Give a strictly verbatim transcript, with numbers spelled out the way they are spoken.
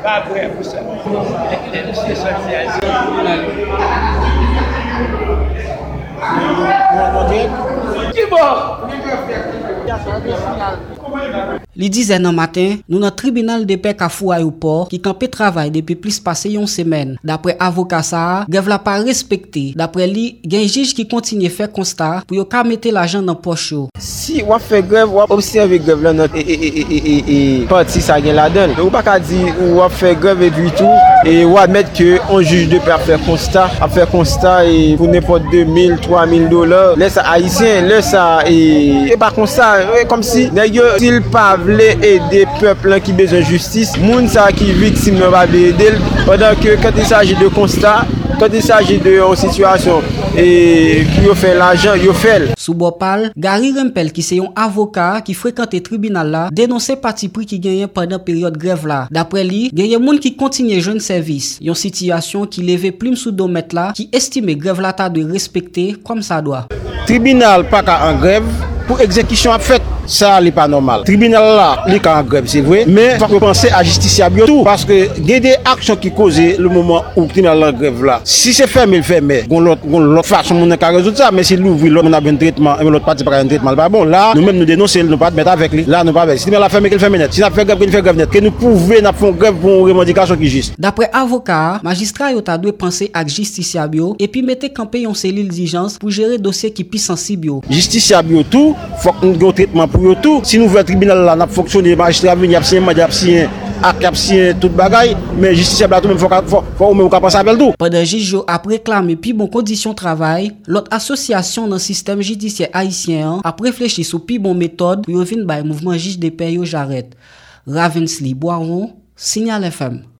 Pas vrai pour ça. C'est ça qui bon. Li disait nan matin, nous dans tribunal de paix Kafou aéroport qui campé travail depuis plus passé une semaine. D'après avocat ça, grève la pas respecté. D'après lui, gen juge qui continue faire constat pour yo ka mettre l'argent dans poche yo. Si on fait grève, on observe grève là notre et et et et parti ça gagne la donne. On pas ka dire on fait grève et puis tout et on admettre que on juge de paix faire constat, à faire constat et pour n'importe deux mille, trois mille dollars. Laisse haïtien, laisse ça et pas comme ça, comme si nèg yo s'il pas voulait aider peuple qui besoin de justice, moun ça qui victime ne va aider pendant que quand il s'agit de constat, quand il s'agit de une situation et qui fait l'argent, il fait. Sous Bopal, Gary Rempel qui c'est un avocat qui fréquente le tribunal là, dénonce parti pris qui gagne pendant période grève là. D'après lui, il y a moun qui continue jeune service. Une situation qui levait plume sous domètre là, qui estime grève là ta de respecter comme ça doit. Tribunal pas en grève pour exécution à fait, ça n'est pas normal. Tribunal là, il est en grève, c'est vrai, mais il faut penser à justiciable tout parce que il y a des actions qui causent le moment où le tribunal en grève là. Si c'est fermé, il fermé. On l'autre l'autre façon on a résoudre ça, mais si l'ouvre l'autre on a un traitement et l'autre partie pas un traitement pas bon. Là, nous même nous dénoncer, nous pas mettre avec lui. Là nous pas avec. Si la fermé qu'il ferme net. Si ça fait grève qu'il fait grève net, que nous pouvons n'a faire grève pour une revendication qui juste. D'après avocat, magistrat yo ta doit penser à justiciable yo et puis mettre camper une cellule d'urgence pour gérer dossier qui plus sensible yo. Justiciable tout, faut qu'on ait un traitement pour eux tout. Si nous voulons tribunal là n'a fonctionner, magistrat venir absien, mandat absien, absien toute bagaille, mais justiciable tout même faut faut faut même penser à tout. Pendant juge a réclamé plus bon condition travail, l'autre association dans le système judiciaire haïtien a réfléchi sur plus bon méthode pour venir bay mouvement juge de paix yo j'arrête. Ravensly Boiron, Signal F M.